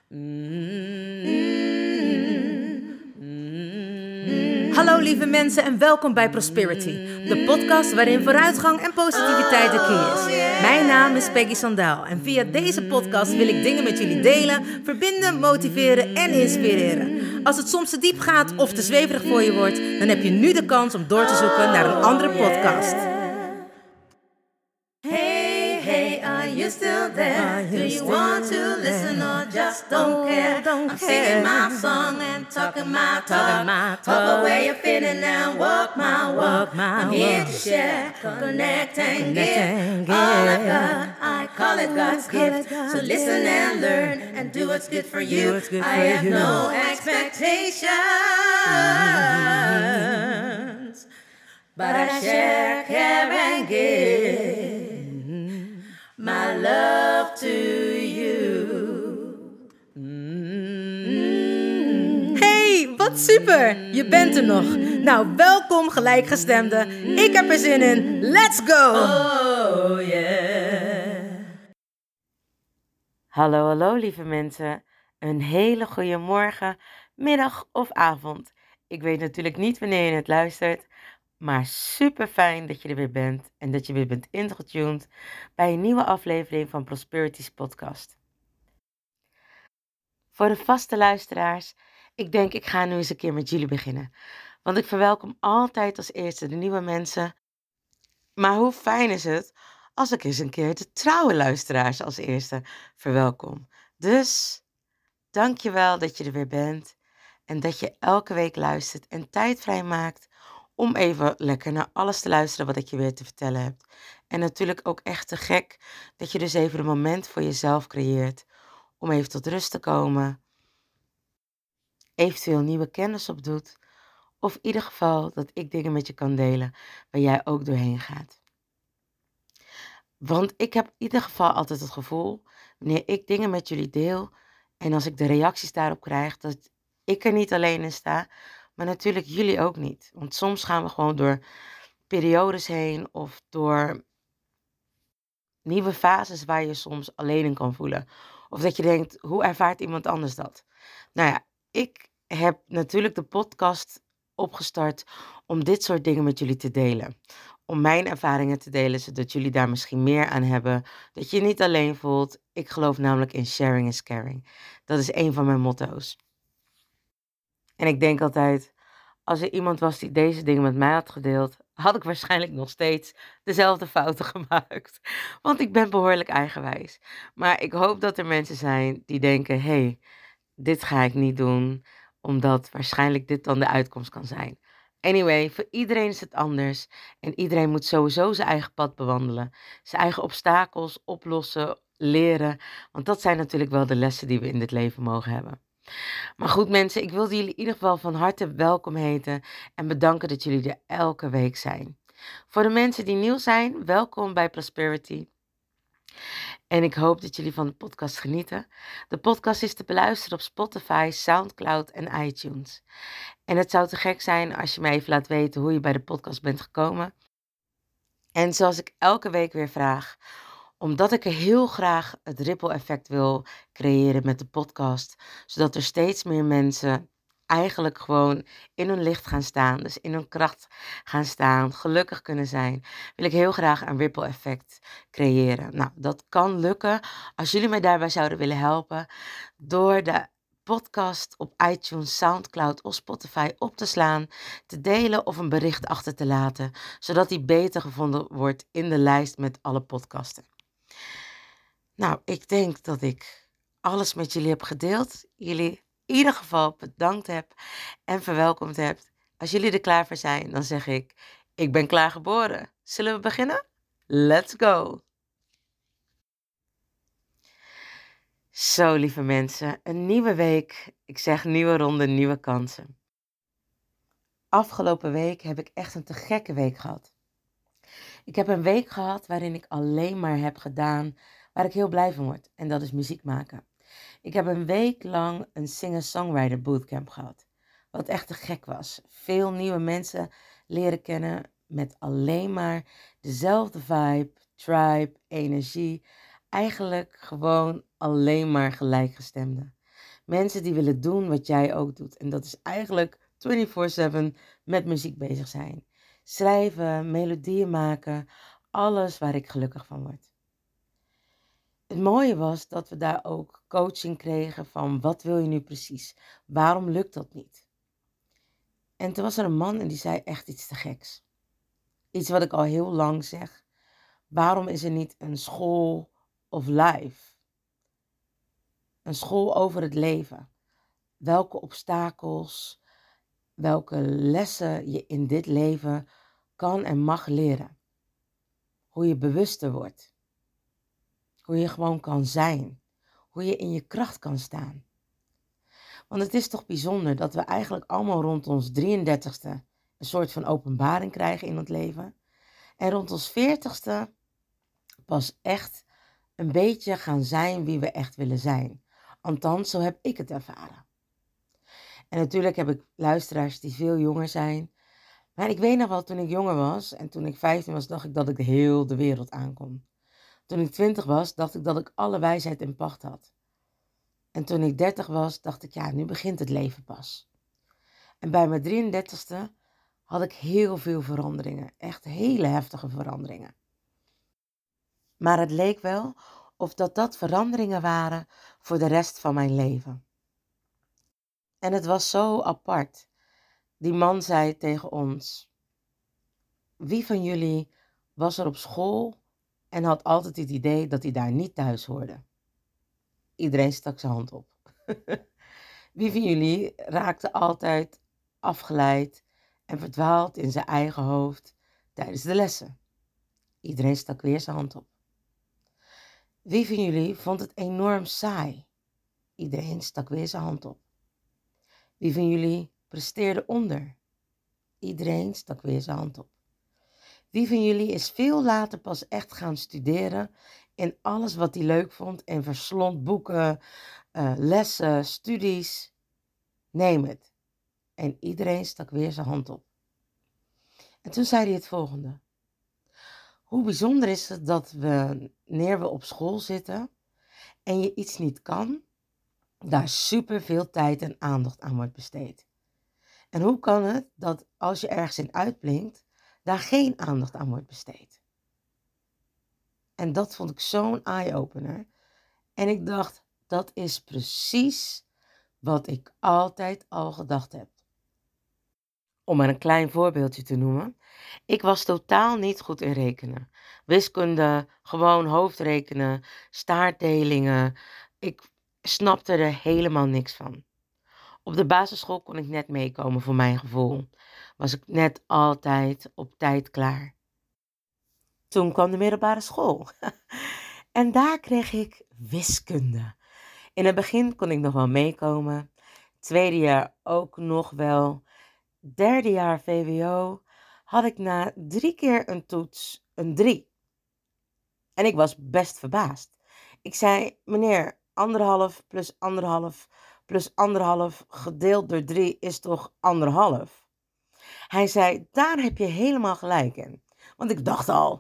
Hallo lieve mensen en welkom bij Prosperity, de podcast waarin vooruitgang en positiviteit de key is. Mijn naam is Peggy Sandaal en via deze podcast wil ik dingen met jullie delen, verbinden, motiveren en inspireren. Als het soms te diep gaat of te zweverig voor je wordt, dan heb je nu de kans om door te zoeken naar een andere podcast. Hey, are you still there? Do you want to listen or just don't care? I'm singing my song and talking my talk. Talk where you're feeling and walk my walk. I'm here to share, connect and give. All I've got, I call it God's gift. So listen and learn and do what's good for you. I have no expectations, but I share, care and give my love to you. Hey, wat super! Je bent er nog. Nou, welkom gelijkgestemden. Ik heb er zin in. Let's go! Oh yeah. Hallo lieve mensen. Een hele goede morgen, middag of avond. Ik weet natuurlijk niet wanneer je het luistert, maar super fijn dat je er weer bent en dat je weer bent ingetuned bij een nieuwe aflevering van Prosperity's podcast. Voor de vaste luisteraars, ik denk ik ga nu eens een keer met jullie beginnen. Want ik verwelkom altijd als eerste de nieuwe mensen. Maar hoe fijn is het als ik eens een keer de trouwe luisteraars als eerste verwelkom. Dus dankjewel dat je er weer bent en dat je elke week luistert en tijd vrijmaakt om even lekker naar alles te luisteren wat ik je weer te vertellen heb. En natuurlijk ook echt te gek dat je dus even een moment voor jezelf creëert om even tot rust te komen, eventueel nieuwe kennis opdoet of in ieder geval dat ik dingen met je kan delen waar jij ook doorheen gaat. Want ik heb in ieder geval altijd het gevoel, wanneer ik dingen met jullie deel en als ik de reacties daarop krijg, dat ik er niet alleen in sta, maar natuurlijk jullie ook niet. Want soms gaan we gewoon door periodes heen of door nieuwe fases waar je soms alleen in kan voelen. Of dat je denkt, hoe ervaart iemand anders dat? Nou ja, ik heb natuurlijk de podcast opgestart om dit soort dingen met jullie te delen. Om mijn ervaringen te delen, zodat jullie daar misschien meer aan hebben. Dat je je niet alleen voelt. Ik geloof namelijk in sharing is caring. Dat is een van mijn motto's. En ik denk altijd, als er iemand was die deze dingen met mij had gedeeld, had ik waarschijnlijk nog steeds dezelfde fouten gemaakt. Want ik ben behoorlijk eigenwijs. Maar ik hoop dat er mensen zijn die denken, hey, dit ga ik niet doen, omdat waarschijnlijk dit dan de uitkomst kan zijn. Anyway, voor iedereen is het anders en iedereen moet sowieso zijn eigen pad bewandelen. Zijn eigen obstakels oplossen, leren, want dat zijn natuurlijk wel de lessen die we in dit leven mogen hebben. Maar goed mensen, ik wilde jullie in ieder geval van harte welkom heten en bedanken dat jullie er elke week zijn. Voor de mensen die nieuw zijn, welkom bij Prosperity. En ik hoop dat jullie van de podcast genieten. De podcast is te beluisteren op Spotify, Soundcloud en iTunes. En het zou te gek zijn als je mij even laat weten hoe je bij de podcast bent gekomen. En zoals ik elke week weer vraag, omdat ik er heel graag het ripple effect wil creëren met de podcast, zodat er steeds meer mensen eigenlijk gewoon in hun licht gaan staan, dus in hun kracht gaan staan, gelukkig kunnen zijn, wil ik heel graag een ripple effect creëren. Nou, dat kan lukken als jullie mij daarbij zouden willen helpen door de podcast op iTunes, Soundcloud of Spotify op te slaan, te delen of een bericht achter te laten, zodat die beter gevonden wordt in de lijst met alle podcasten. Nou, ik denk dat ik alles met jullie heb gedeeld. Jullie in ieder geval bedankt heb en verwelkomd heb. Als jullie er klaar voor zijn, dan zeg ik ben klaar geboren. Zullen we beginnen? Let's go! Zo, lieve mensen, een nieuwe week. Ik zeg nieuwe ronde, nieuwe kansen. Afgelopen week heb ik echt een te gekke week gehad. Ik heb een week gehad waarin ik alleen maar heb gedaan waar ik heel blij van word. En dat is muziek maken. Ik heb een week lang een singer-songwriter bootcamp gehad. Wat echt te gek was. Veel nieuwe mensen leren kennen met alleen maar dezelfde vibe, tribe, energie. Eigenlijk gewoon alleen maar gelijkgestemden. Mensen die willen doen wat jij ook doet. En dat is eigenlijk 24/7 met muziek bezig zijn. Schrijven, melodieën maken, alles waar ik gelukkig van word. Het mooie was dat we daar ook coaching kregen van wat wil je nu precies? Waarom lukt dat niet? En toen was er een man en die zei echt iets te geks. Iets wat ik al heel lang zeg. Waarom is er niet een school of life? Een school over het leven. Welke obstakels, welke lessen je in dit leven kan en mag leren. Hoe je bewuster wordt. Hoe je gewoon kan zijn. Hoe je in je kracht kan staan. Want het is toch bijzonder dat we eigenlijk allemaal rond ons 33ste een soort van openbaring krijgen in het leven. En rond ons 40ste pas echt een beetje gaan zijn wie we echt willen zijn. Althans, zo heb ik het ervaren. En natuurlijk heb ik luisteraars die veel jonger zijn. Maar ik weet nog wel, toen ik jonger was en toen ik 15 was, dacht ik dat ik heel de wereld aankon. Toen ik 20 was, dacht ik dat ik alle wijsheid in pacht had. En toen ik 30 was, dacht ik, ja, nu begint het leven pas. En bij mijn 33ste had ik heel veel veranderingen. Echt hele heftige veranderingen. Maar het leek wel of dat veranderingen waren voor de rest van mijn leven. En het was zo apart. Die man zei tegen ons: wie van jullie was er op school en had altijd het idee dat hij daar niet thuis hoorde? Iedereen stak zijn hand op. Wie van jullie raakte altijd afgeleid en verdwaald in zijn eigen hoofd tijdens de lessen? Iedereen stak weer zijn hand op. Wie van jullie vond het enorm saai? Iedereen stak weer zijn hand op. Wie van jullie presteerde onder? Iedereen stak weer zijn hand op. Wie van jullie is veel later pas echt gaan studeren in alles wat hij leuk vond en verslond boeken, lessen, studies, neem het. En iedereen stak weer zijn hand op. En toen zei hij het volgende. Hoe bijzonder is het dat wanneer we op school zitten en je iets niet kan, daar super veel tijd en aandacht aan wordt besteed. En hoe kan het dat als je ergens in uitblinkt, daar geen aandacht aan wordt besteed? En dat vond ik zo'n eye-opener. En ik dacht, dat is precies wat ik altijd al gedacht heb. Om maar een klein voorbeeldje te noemen. Ik was totaal niet goed in rekenen. Wiskunde, gewoon hoofdrekenen, staartdelingen. Ik snapte er helemaal niks van. Op de basisschool kon ik net meekomen voor mijn gevoel. Was ik net altijd op tijd klaar. Toen kwam de middelbare school. En daar kreeg ik wiskunde. In het begin kon ik nog wel meekomen. Tweede jaar ook nog wel. Derde jaar VWO had ik na 3 keer een toets een 3. En ik was best verbaasd. Ik zei, meneer, 1,5 plus 1,5 plus 1,5 gedeeld door 3 is toch 1,5? Hij zei, daar heb je helemaal gelijk in. Want ik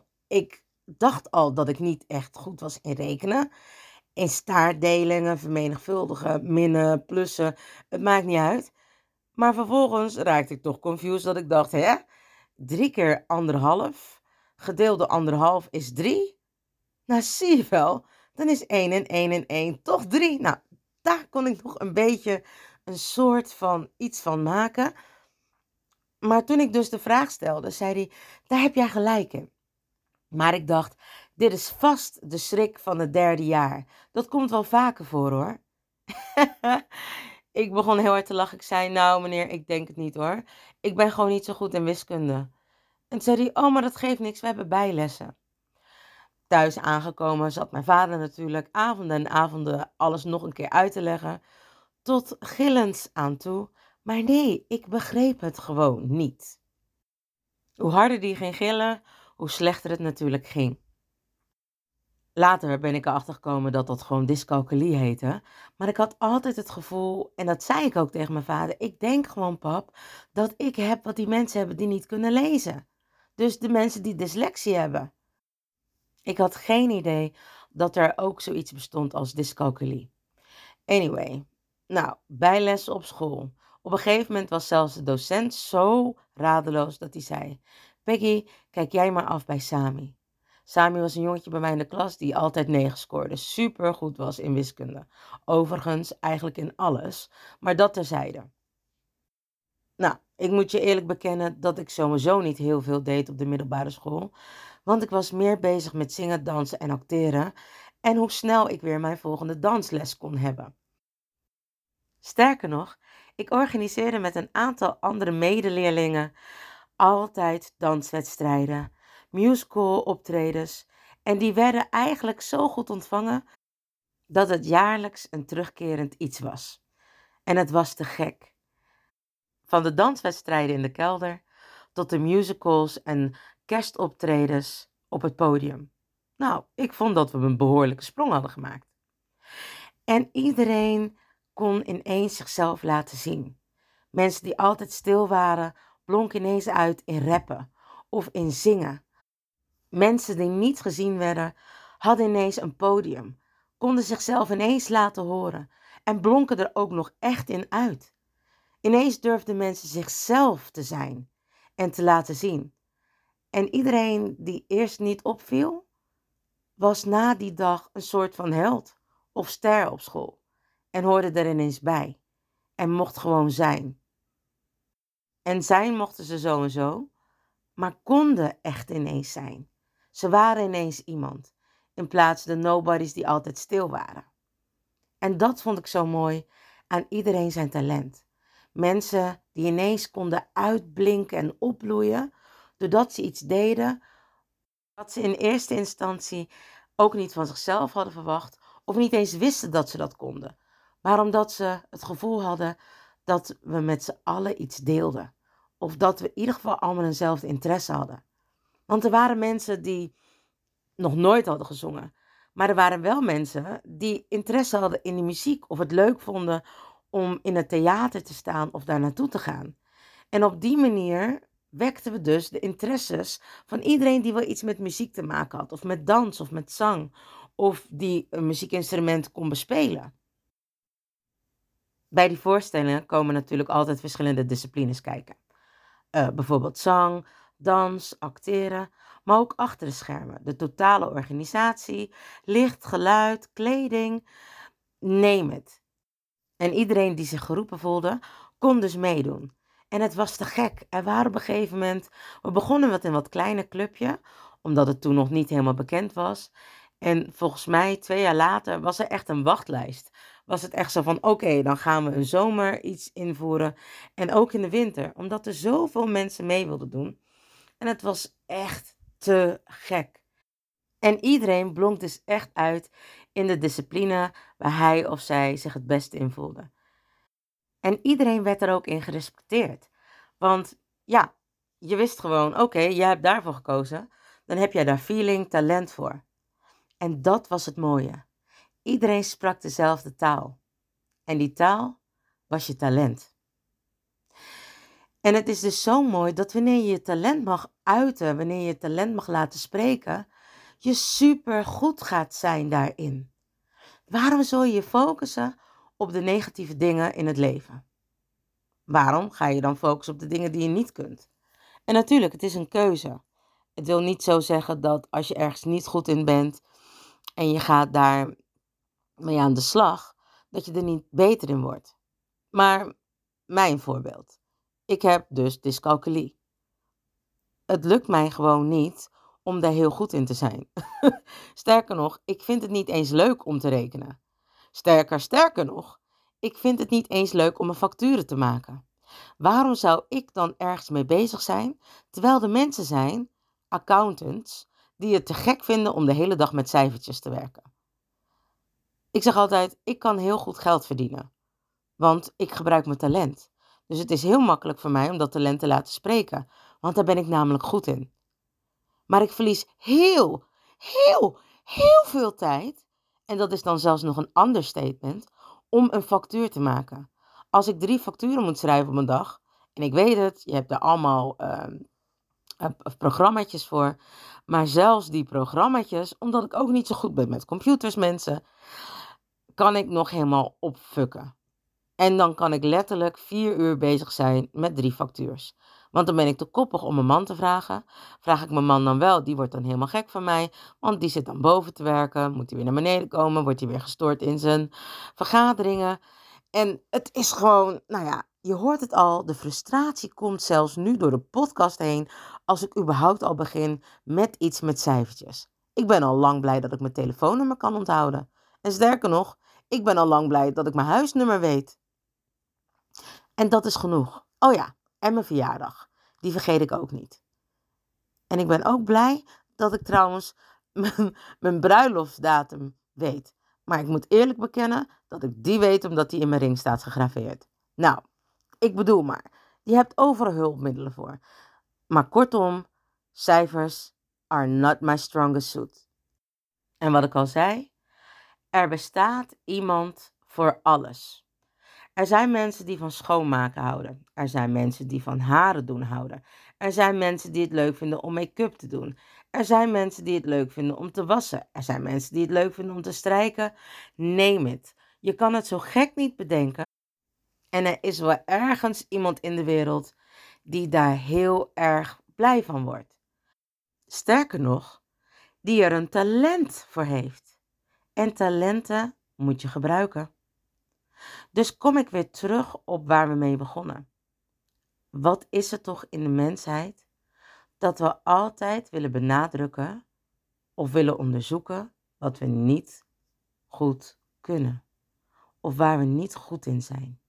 dacht al dat ik niet echt goed was in rekenen. In staartdelingen, vermenigvuldigen, minnen, plussen, het maakt niet uit. Maar vervolgens raakte ik toch confused dat ik dacht, 3 keer 1,5 gedeeld door 1,5 is 3? Nou, zie je wel, dan is 1 en 1 en 1 toch 3. Nou, daar kon ik nog een beetje een soort van iets van maken. Maar toen ik dus de vraag stelde, zei hij, daar heb jij gelijk in. Maar ik dacht, dit is vast de schrik van het derde jaar. Dat komt wel vaker voor, hoor. Ik begon heel hard te lachen. Ik zei, nou meneer, ik denk het niet, hoor. Ik ben gewoon niet zo goed in wiskunde. En toen zei hij, oh, maar dat geeft niks, we hebben bijlessen. Thuis aangekomen zat mijn vader natuurlijk avonden en avonden alles nog een keer uit te leggen. Tot gillens aan toe. Maar nee, ik begreep het gewoon niet. Hoe harder die ging gillen, hoe slechter het natuurlijk ging. Later ben ik erachter gekomen dat dat gewoon dyscalculie heette. Maar ik had altijd het gevoel, en dat zei ik ook tegen mijn vader, ik denk gewoon, pap, dat ik heb wat die mensen hebben die niet kunnen lezen. Dus de mensen die dyslexie hebben. Ik had geen idee dat er ook zoiets bestond als dyscalculie. Anyway, Nou, bijlessen op school. Op een gegeven moment was zelfs de docent zo radeloos dat hij zei: Peggy, kijk jij maar af bij Sami. Sami was een jongetje bij mij in de klas die altijd 9 scoorde. Super goed was in wiskunde. Overigens eigenlijk in alles, maar dat terzijde. Nou, ik moet je eerlijk bekennen dat ik sowieso niet heel veel deed op de middelbare school. Want ik was meer bezig met zingen, dansen en acteren. En hoe snel ik weer mijn volgende dansles kon hebben. Sterker nog, ik organiseerde met een aantal andere medeleerlingen altijd danswedstrijden, musical optredens. En die werden eigenlijk zo goed ontvangen dat het jaarlijks een terugkerend iets was. En het was te gek. Van de danswedstrijden in de kelder tot de musicals en kerstoptredens op het podium. Nou, ik vond dat we een behoorlijke sprong hadden gemaakt. En iedereen kon ineens zichzelf laten zien. Mensen die altijd stil waren, blonken ineens uit in rappen of in zingen. Mensen die niet gezien werden, hadden ineens een podium, konden zichzelf ineens laten horen en blonken er ook nog echt in uit. Ineens durfden mensen zichzelf te zijn en te laten zien. En iedereen die eerst niet opviel, was na die dag een soort van held of ster op school en hoorde er ineens bij en mocht gewoon zijn. En zijn mochten ze zo en zo, maar konden echt ineens zijn. Ze waren ineens iemand, in plaats van de nobodies die altijd stil waren. En dat vond ik zo mooi aan iedereen zijn talent. Mensen die ineens konden uitblinken en opbloeien, doordat ze iets deden wat ze in eerste instantie ook niet van zichzelf hadden verwacht, of niet eens wisten dat ze dat konden. Maar omdat ze het gevoel hadden dat we met z'n allen iets deelden. Of dat we in ieder geval allemaal eenzelfde interesse hadden. Want er waren mensen die nog nooit hadden gezongen. Maar er waren wel mensen die interesse hadden in die muziek. Of het leuk vonden om in het theater te staan of daar naartoe te gaan. En op die manier wekten we dus de interesses van iedereen die wel iets met muziek te maken had. Of met dans of met zang. Of die een muziekinstrument kon bespelen. Bij die voorstellingen komen natuurlijk altijd verschillende disciplines kijken. Bijvoorbeeld zang, dans, acteren, maar ook achter de schermen. De totale organisatie, licht, geluid, kleding, name it. En iedereen die zich geroepen voelde, kon dus meedoen. En het was te gek. Er waren op een gegeven moment, we begonnen met een wat kleiner clubje, omdat het toen nog niet helemaal bekend was. En volgens mij 2 jaar later was er echt een wachtlijst. Was het echt zo van, oké, dan gaan we een zomer iets invoeren. En ook in de winter, omdat er zoveel mensen mee wilden doen. En het was echt te gek. En iedereen blonk dus echt uit in de discipline waar hij of zij zich het beste in voelde. En iedereen werd er ook in gerespecteerd. Want ja, je wist gewoon, oké, jij hebt daarvoor gekozen. Dan heb jij daar feeling, talent voor. En dat was het mooie. Iedereen sprak dezelfde taal. En die taal was je talent. En het is dus zo mooi dat wanneer je je talent mag uiten, wanneer je je talent mag laten spreken, je super goed gaat zijn daarin. Waarom zou je je focussen op de negatieve dingen in het leven? Waarom ga je dan focussen op de dingen die je niet kunt? En natuurlijk, het is een keuze. Het wil niet zo zeggen dat als je ergens niet goed in bent en je gaat daar mee aan de slag, dat je er niet beter in wordt. Maar mijn voorbeeld. Ik heb dus dyscalculie. Het lukt mij gewoon niet om daar heel goed in te zijn. Sterker nog, ik vind het niet eens leuk om te rekenen. Sterker nog, ik vind het niet eens leuk om een facturen te maken. Waarom zou ik dan ergens mee bezig zijn, terwijl er mensen zijn, accountants, die het te gek vinden om de hele dag met cijfertjes te werken? Ik zeg altijd, ik kan heel goed geld verdienen, want ik gebruik mijn talent. Dus het is heel makkelijk voor mij om dat talent te laten spreken, want daar ben ik namelijk goed in. Maar ik verlies heel veel tijd, en dat is dan zelfs nog een understatement, om een factuur te maken. Als ik 3 facturen moet schrijven op een dag, en ik weet het, je hebt er allemaal programmaatjes voor, maar zelfs die programmaatjes, omdat ik ook niet zo goed ben met computers, mensen, kan ik nog helemaal opfukken. En dan kan ik letterlijk 4 uur bezig zijn met 3 factures. Want dan ben ik te koppig om mijn man te vragen. Vraag ik mijn man dan wel, die wordt dan helemaal gek van mij. Want die zit dan boven te werken, moet hij weer naar beneden komen, wordt hij weer gestoord in zijn vergaderingen. En het is gewoon, je hoort het al, de frustratie komt zelfs nu door de podcast heen als ik überhaupt al begin met iets met cijfertjes. Ik ben al lang blij dat ik mijn telefoonnummer kan onthouden. En sterker nog, ik ben al lang blij dat ik mijn huisnummer weet. En dat is genoeg. Oh ja, en mijn verjaardag. Die vergeet ik ook niet. En ik ben ook blij dat ik trouwens mijn bruiloftsdatum weet. Maar ik moet eerlijk bekennen dat ik die weet omdat die in mijn ring staat gegraveerd. Nou, ik bedoel maar, je hebt overal hulpmiddelen voor. Maar kortom, cijfers are not my strongest suit. En wat ik al zei, er bestaat iemand voor alles. Er zijn mensen die van schoonmaken houden. Er zijn mensen die van haren doen houden. Er zijn mensen die het leuk vinden om make-up te doen. Er zijn mensen die het leuk vinden om te wassen. Er zijn mensen die het leuk vinden om te strijken. Name it. Je kan het zo gek niet bedenken. En er is wel ergens iemand in de wereld die daar heel erg blij van wordt. Sterker nog, die er een talent voor heeft. En talenten moet je gebruiken. Dus kom ik weer terug op waar we mee begonnen. Wat is het toch in de mensheid dat we altijd willen benadrukken of willen onderzoeken wat we niet goed kunnen of waar we niet goed in zijn?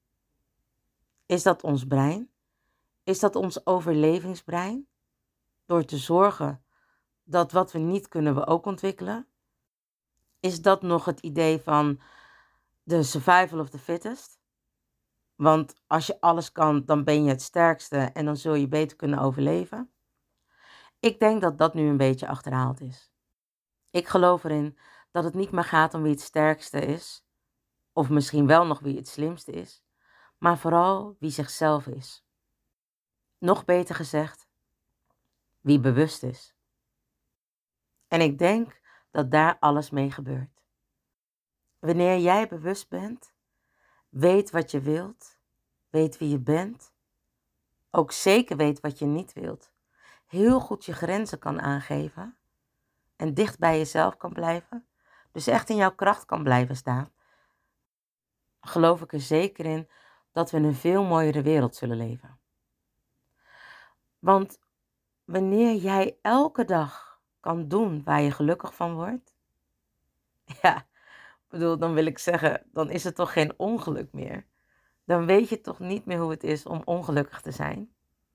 Is dat ons brein? Is dat ons overlevingsbrein? Door te zorgen dat wat we niet kunnen we ook ontwikkelen? Is dat nog het idee van de survival of the fittest? Want als je alles kan, dan ben je het sterkste en dan zul je beter kunnen overleven. Ik denk dat dat nu een beetje achterhaald is. Ik geloof erin dat het niet meer gaat om wie het sterkste is, of misschien wel nog wie het slimste is, maar vooral wie zichzelf is. Nog beter gezegd, wie bewust is. En ik denk dat daar alles mee gebeurt. Wanneer jij bewust bent, weet wat je wilt, weet wie je bent, ook zeker weet wat je niet wilt, heel goed je grenzen kan aangeven en dicht bij jezelf kan blijven, dus echt in jouw kracht kan blijven staan, geloof ik er zeker in dat we in een veel mooiere wereld zullen leven. Want wanneer jij elke dag kan doen waar je gelukkig van wordt, dan wil ik zeggen, dan is het toch geen ongeluk meer. Dan weet je toch niet meer hoe het is om ongelukkig te zijn.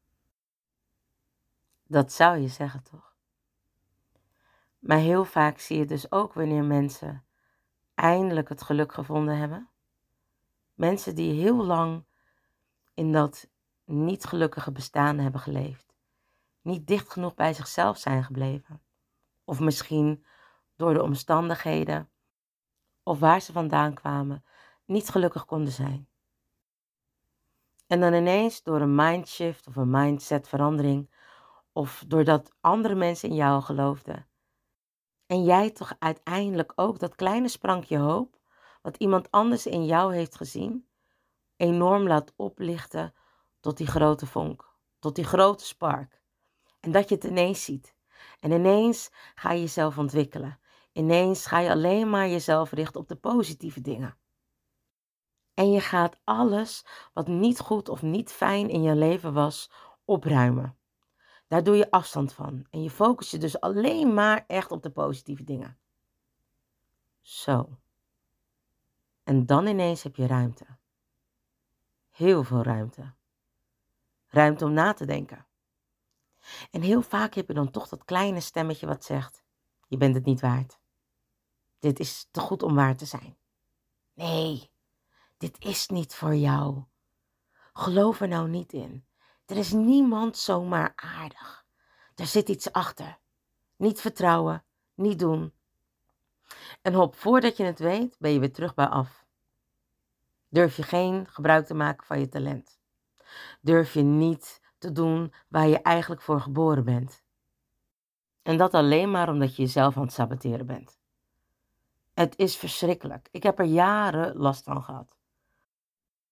Dat zou je zeggen, toch? Maar heel vaak zie je dus ook wanneer mensen eindelijk het geluk gevonden hebben. Mensen die heel lang in dat niet gelukkige bestaan hebben geleefd. Niet dicht genoeg bij zichzelf zijn gebleven. Of misschien door de omstandigheden of waar ze vandaan kwamen niet gelukkig konden zijn. En dan ineens door een mindshift of een mindsetverandering of doordat andere mensen in jou geloofden. En jij toch uiteindelijk ook dat kleine sprankje hoop, wat iemand anders in jou heeft gezien, enorm laat oplichten tot die grote vonk, tot die grote spark. En dat je het ineens ziet. En ineens ga je jezelf ontwikkelen. Ineens ga je alleen maar jezelf richten op de positieve dingen. En je gaat alles wat niet goed of niet fijn in je leven was, opruimen. Daar doe je afstand van. En je focus je dus alleen maar echt op de positieve dingen. Zo. En dan ineens heb je ruimte. Heel veel ruimte. Ruimte om na te denken. En heel vaak heb je dan toch dat kleine stemmetje wat zegt: je bent het niet waard. Dit is te goed om waar te zijn. Nee, dit is niet voor jou. Geloof er nou niet in. Er is niemand zomaar aardig. Er zit iets achter. Niet vertrouwen, niet doen. En hop, voordat je het weet, ben je weer terug bij af. Durf je geen gebruik te maken van je talent. Durf je niet te doen waar je eigenlijk voor geboren bent. En dat alleen maar omdat je jezelf aan het saboteren bent. Het is verschrikkelijk. Ik heb er jaren last van gehad.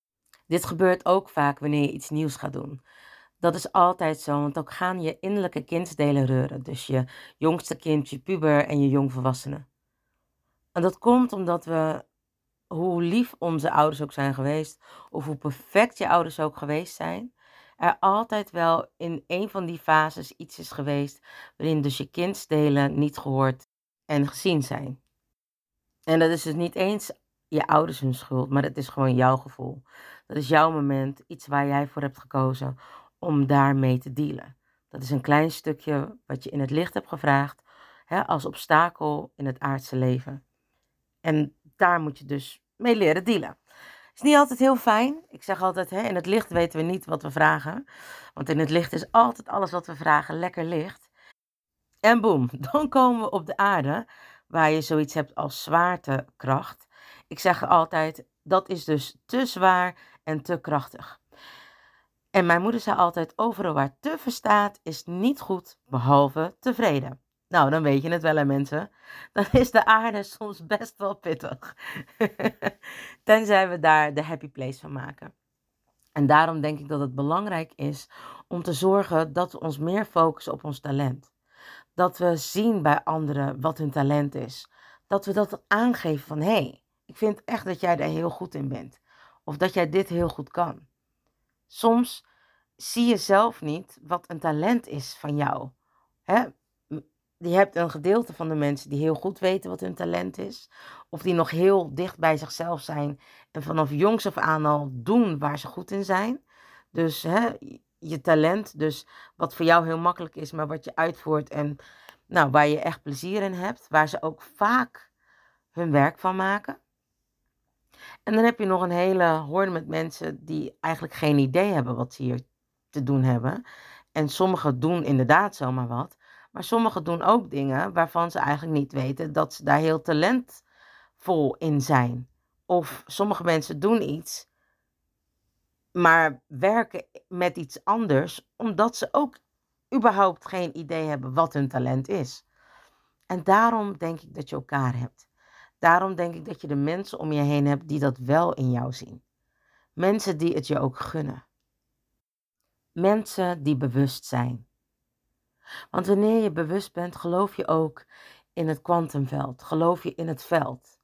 Dit gebeurt ook vaak wanneer je iets nieuws gaat doen. Dat is altijd zo, want ook gaan je innerlijke kindsdelen reuren. Dus je jongste kind, je puber en je jongvolwassene. En dat komt omdat we, hoe lief onze ouders ook zijn geweest, of hoe perfect je ouders ook geweest zijn, er altijd wel in een van die fases iets is geweest waarin dus je kindsdelen niet gehoord en gezien zijn. En dat is dus niet eens je ouders hun schuld, maar het is gewoon jouw gevoel. Dat is jouw moment, iets waar jij voor hebt gekozen om daarmee te dealen. Dat is een klein stukje wat je in het licht hebt gevraagd, als obstakel in het aardse leven. En daar moet je dus mee leren dealen. Is niet altijd heel fijn. Ik zeg altijd, in het licht weten we niet wat we vragen. Want in het licht is altijd alles wat we vragen lekker licht. En boem, dan komen we op de aarde, waar je zoiets hebt als zwaartekracht. Ik zeg altijd, dat is dus te zwaar en te krachtig. En mijn moeder zei altijd, overal waar te verstaat is niet goed, behalve tevreden. Nou, dan weet je het wel, hè mensen. Dan is de aarde soms best wel pittig. Tenzij we daar de happy place van maken. En daarom denk ik dat het belangrijk is om te zorgen dat we ons meer focussen op ons talent. Dat we zien bij anderen wat hun talent is. Dat we dat aangeven van, hé, ik vind echt dat jij daar heel goed in bent. Of dat jij dit heel goed kan. Soms zie je zelf niet wat een talent is van jou. Je hebt een gedeelte van de mensen die heel goed weten wat hun talent is. Of die nog heel dicht bij zichzelf zijn. En vanaf jongs af aan al doen waar ze goed in zijn. Dus je talent, dus wat voor jou heel makkelijk is, maar wat je uitvoert en waar je echt plezier in hebt. Waar ze ook vaak hun werk van maken. En dan heb je nog een hele horde met mensen die eigenlijk geen idee hebben wat ze hier te doen hebben. En sommigen doen inderdaad zomaar wat. Maar sommigen doen ook dingen waarvan ze eigenlijk niet weten dat ze daar heel talentvol in zijn. Of sommige mensen doen iets, maar werken met iets anders, omdat ze ook überhaupt geen idee hebben wat hun talent is. En daarom denk ik dat je elkaar hebt. Daarom denk ik dat je de mensen om je heen hebt die dat wel in jou zien. Mensen die het je ook gunnen. Mensen die bewust zijn. Want wanneer je bewust bent, geloof je ook in het kwantumveld. Geloof je in het veld.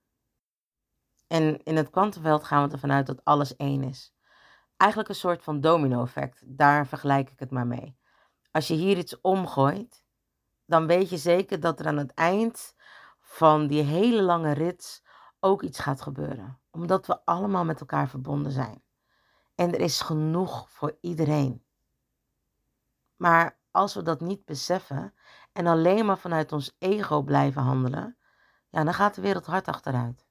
En in het kwantumveld gaan we ervan uit dat alles één is. Eigenlijk een soort van domino-effect. Daar vergelijk ik het maar mee. Als je hier iets omgooit, dan weet je zeker dat er aan het eind van die hele lange rit ook iets gaat gebeuren. Omdat we allemaal met elkaar verbonden zijn. En er is genoeg voor iedereen. Maar als we dat niet beseffen en alleen maar vanuit ons ego blijven handelen, dan gaat de wereld hard achteruit.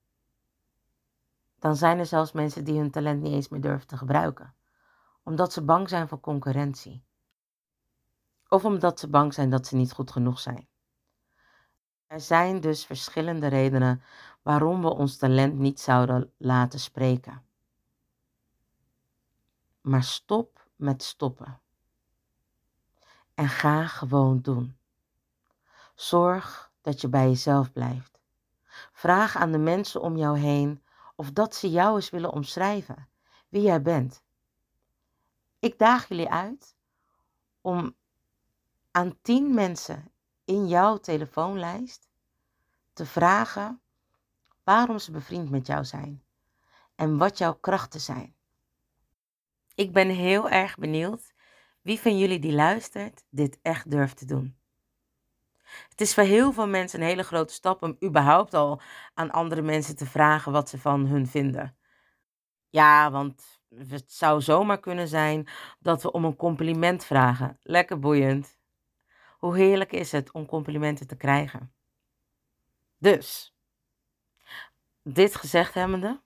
Dan zijn er zelfs mensen die hun talent niet eens meer durven te gebruiken. Omdat ze bang zijn voor concurrentie. Of omdat ze bang zijn dat ze niet goed genoeg zijn. Er zijn dus verschillende redenen waarom we ons talent niet zouden laten spreken. Maar stop met stoppen. En ga gewoon doen. Zorg dat je bij jezelf blijft. Vraag aan de mensen om jou heen of dat ze jou eens willen omschrijven. Wie jij bent. Ik daag jullie uit om aan 10 mensen in jouw telefoonlijst te vragen waarom ze bevriend met jou zijn. En wat jouw krachten zijn. Ik ben heel erg benieuwd wie van jullie die luistert dit echt durft te doen. Het is voor heel veel mensen een hele grote stap om überhaupt al aan andere mensen te vragen wat ze van hun vinden. Ja, want het zou zomaar kunnen zijn dat we om een compliment vragen. Lekker boeiend. Hoe heerlijk is het om complimenten te krijgen? Dus, dit gezegd hebbende,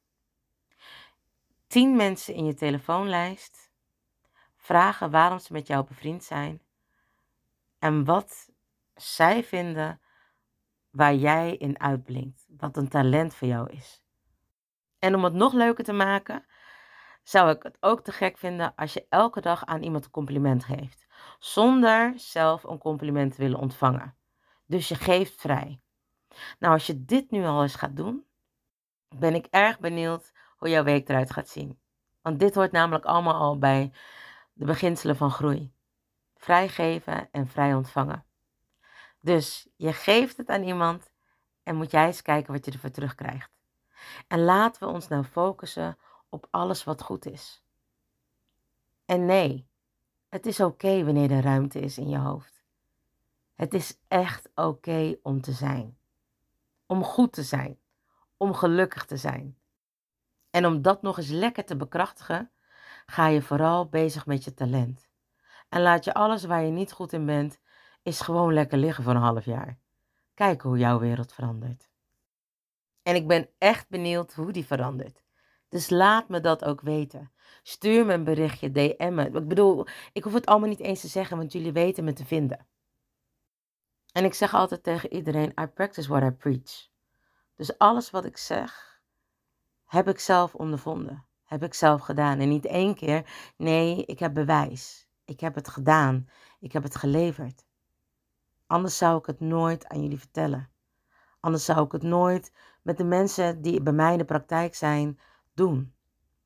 10 mensen in je telefoonlijst vragen waarom ze met jou bevriend zijn en wat zij vinden waar jij in uitblinkt, wat een talent voor jou is. En om het nog leuker te maken, zou ik het ook te gek vinden als je elke dag aan iemand een compliment geeft, zonder zelf een compliment te willen ontvangen. Dus je geeft vrij. Nou, als je dit nu al eens gaat doen, ben ik erg benieuwd hoe jouw week eruit gaat zien. Want dit hoort namelijk allemaal al bij de beginselen van groei. Vrijgeven en vrij ontvangen. Dus je geeft het aan iemand en moet jij eens kijken wat je ervoor terugkrijgt. En laten we ons nou focussen op alles wat goed is. En nee, het is oké wanneer er ruimte is in je hoofd. Het is echt oké om te zijn. Om goed te zijn. Om gelukkig te zijn. En om dat nog eens lekker te bekrachtigen, ga je vooral bezig met je talent. En laat je alles waar je niet goed in bent, is gewoon lekker liggen voor een half jaar. Kijk hoe jouw wereld verandert. En ik ben echt benieuwd hoe die verandert. Dus laat me dat ook weten. Stuur me een berichtje, DM me. Ik bedoel, ik hoef het allemaal niet eens te zeggen, want jullie weten me te vinden. En ik zeg altijd tegen iedereen, I practice what I preach. Dus alles wat ik zeg, heb ik zelf ondervonden. Heb ik zelf gedaan. En niet één keer, nee, ik heb bewijs. Ik heb het gedaan. Ik heb het geleverd. Anders zou ik het nooit aan jullie vertellen. Anders zou ik het nooit met de mensen die bij mij in de praktijk zijn, doen.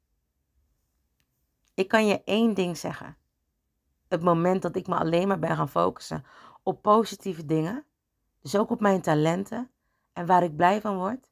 Ik kan je één ding zeggen. Het moment dat ik me alleen maar ben gaan focussen op positieve dingen, dus ook op mijn talenten en waar ik blij van word,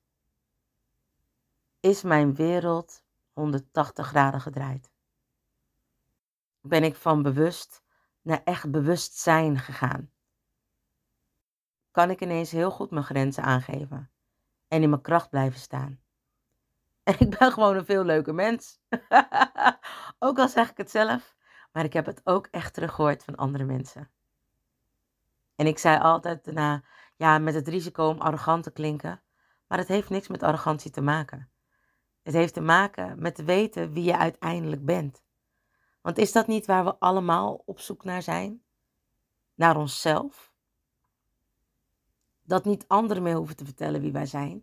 is mijn wereld 180 graden gedraaid. Ben ik van bewust naar echt bewustzijn gegaan. Kan ik ineens heel goed mijn grenzen aangeven en in mijn kracht blijven staan. En ik ben gewoon een veel leuker mens. Ook al zeg ik het zelf, maar ik heb het ook echt teruggehoord van andere mensen. En ik zei altijd daarna, ja, met het risico om arrogant te klinken, maar het heeft niks met arrogantie te maken. Het heeft te maken met te weten wie je uiteindelijk bent. Want is dat niet waar we allemaal op zoek naar zijn? Naar onszelf? Dat niet anderen meer hoeven te vertellen wie wij zijn.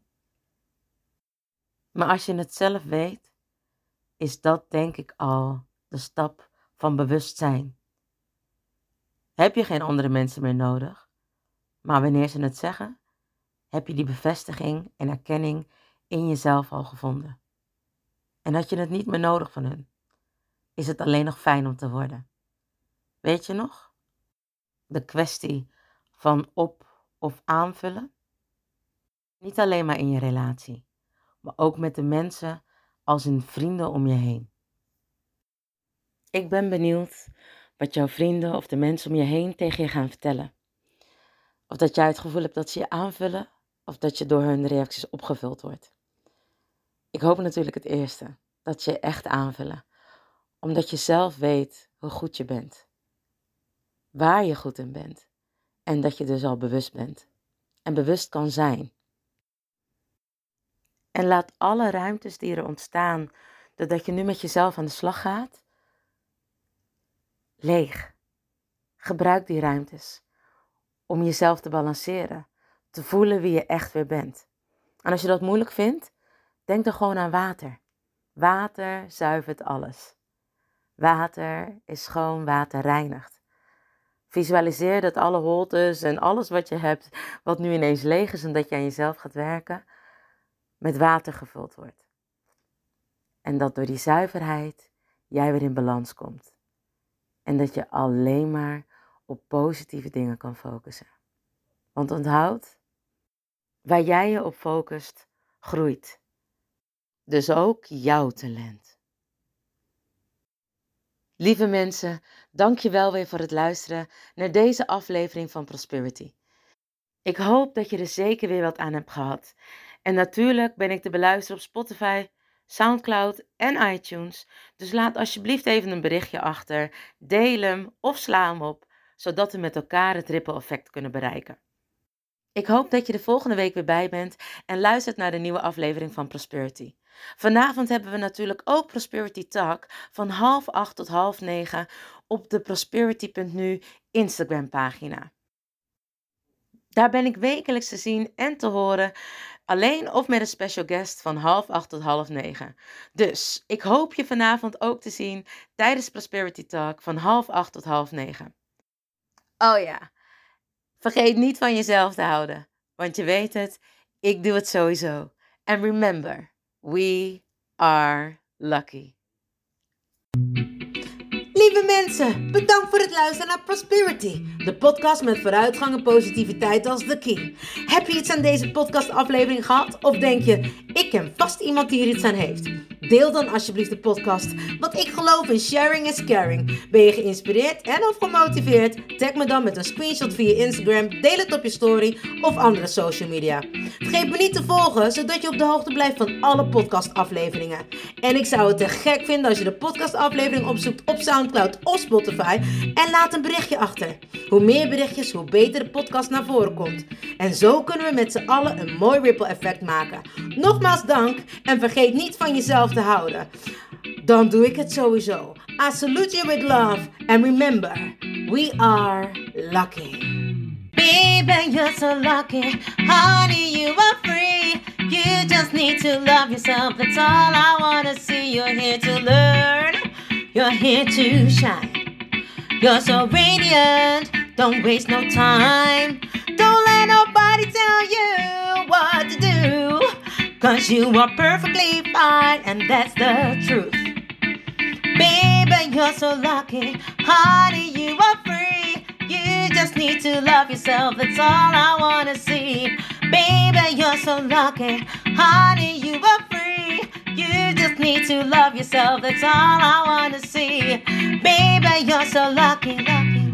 Maar als je het zelf weet, is dat denk ik al de stap van bewustzijn. Heb je geen andere mensen meer nodig, maar wanneer ze het zeggen, heb je die bevestiging en erkenning in jezelf al gevonden. En had je het niet meer nodig van hun, is het alleen nog fijn om te worden. Weet je nog? De kwestie van op- of aanvullen. Niet alleen maar in je relatie, maar ook met de mensen als in vrienden om je heen. Ik ben benieuwd wat jouw vrienden of de mensen om je heen tegen je gaan vertellen. Of dat jij het gevoel hebt dat ze je aanvullen, of dat je door hun reacties opgevuld wordt. Ik hoop natuurlijk het eerste, dat ze je echt aanvullen. Omdat je zelf weet hoe goed je bent. Waar je goed in bent. En dat je dus al bewust bent. En bewust kan zijn. En laat alle ruimtes die er ontstaan, doordat je nu met jezelf aan de slag gaat, leeg. Gebruik die ruimtes om jezelf te balanceren, te voelen wie je echt weer bent. En als je dat moeilijk vindt, denk dan gewoon aan water. Water zuivert alles. Water is schoon, water reinigt. Visualiseer dat alle holtes en alles wat je hebt, wat nu ineens leeg is en dat je aan jezelf gaat werken, met water gevuld wordt. En dat door die zuiverheid jij weer in balans komt. En dat je alleen maar op positieve dingen kan focussen. Want onthoud, waar jij je op focust, groeit. Dus ook jouw talent. Lieve mensen, dank je wel weer voor het luisteren naar deze aflevering van Prosperity. Ik hoop dat je er zeker weer wat aan hebt gehad. En natuurlijk ben ik te beluisteren op Spotify, Soundcloud en iTunes. Dus laat alsjeblieft even een berichtje achter, deel hem of sla hem op, zodat we met elkaar het ripple effect kunnen bereiken. Ik hoop dat je de volgende week weer bij bent en luistert naar de nieuwe aflevering van Prosperity. Vanavond hebben we natuurlijk ook Prosperity Talk van 7:30 tot 8:30 op de prosperity.nu Instagram pagina. Daar ben ik wekelijks te zien en te horen, alleen of met een special guest van 7:30 tot 8:30. Dus ik hoop je vanavond ook te zien tijdens Prosperity Talk van 7:30 tot 8:30. Oh ja, vergeet niet van jezelf te houden, want je weet het, ik doe het sowieso. And remember, we are lucky. Lieve mensen, bedankt voor het luisteren naar Prosperity. De podcast met vooruitgang en positiviteit als the key. Heb je iets aan deze podcastaflevering gehad? Of denk je, ik ken vast iemand die er iets aan heeft? Deel dan alsjeblieft de podcast, want ik geloof in sharing is caring. Ben je geïnspireerd en of gemotiveerd? Tag me dan met een screenshot via Instagram, deel het op je story of andere social media. Vergeet me niet te volgen, zodat je op de hoogte blijft van alle podcastafleveringen. En ik zou het te gek vinden als je de podcastaflevering opzoekt op SoundCloud of Spotify en laat een berichtje achter. Hoe meer berichtjes, hoe beter de podcast naar voren komt. En zo kunnen we met z'n allen een mooi ripple effect maken. Nogmaals dank en vergeet niet van jezelf te houden. Dan doe ik het sowieso. I salute you with love and remember, we are lucky. Baby, you're so lucky. Honey, you are free. You just need to love yourself. That's all I wanna see. You're here to learn. You're here to shine. You're so radiant. Don't waste no time. Don't let nobody tell you what to do. 'Cause you are perfectly fine. And that's the truth. Baby, you're so lucky. Honey, you are free. You just need to love yourself. That's all I wanna see. Baby, you're so lucky. Honey, you are free. You just need to love yourself. That's all I wanna see. Baby, you're so lucky, lucky.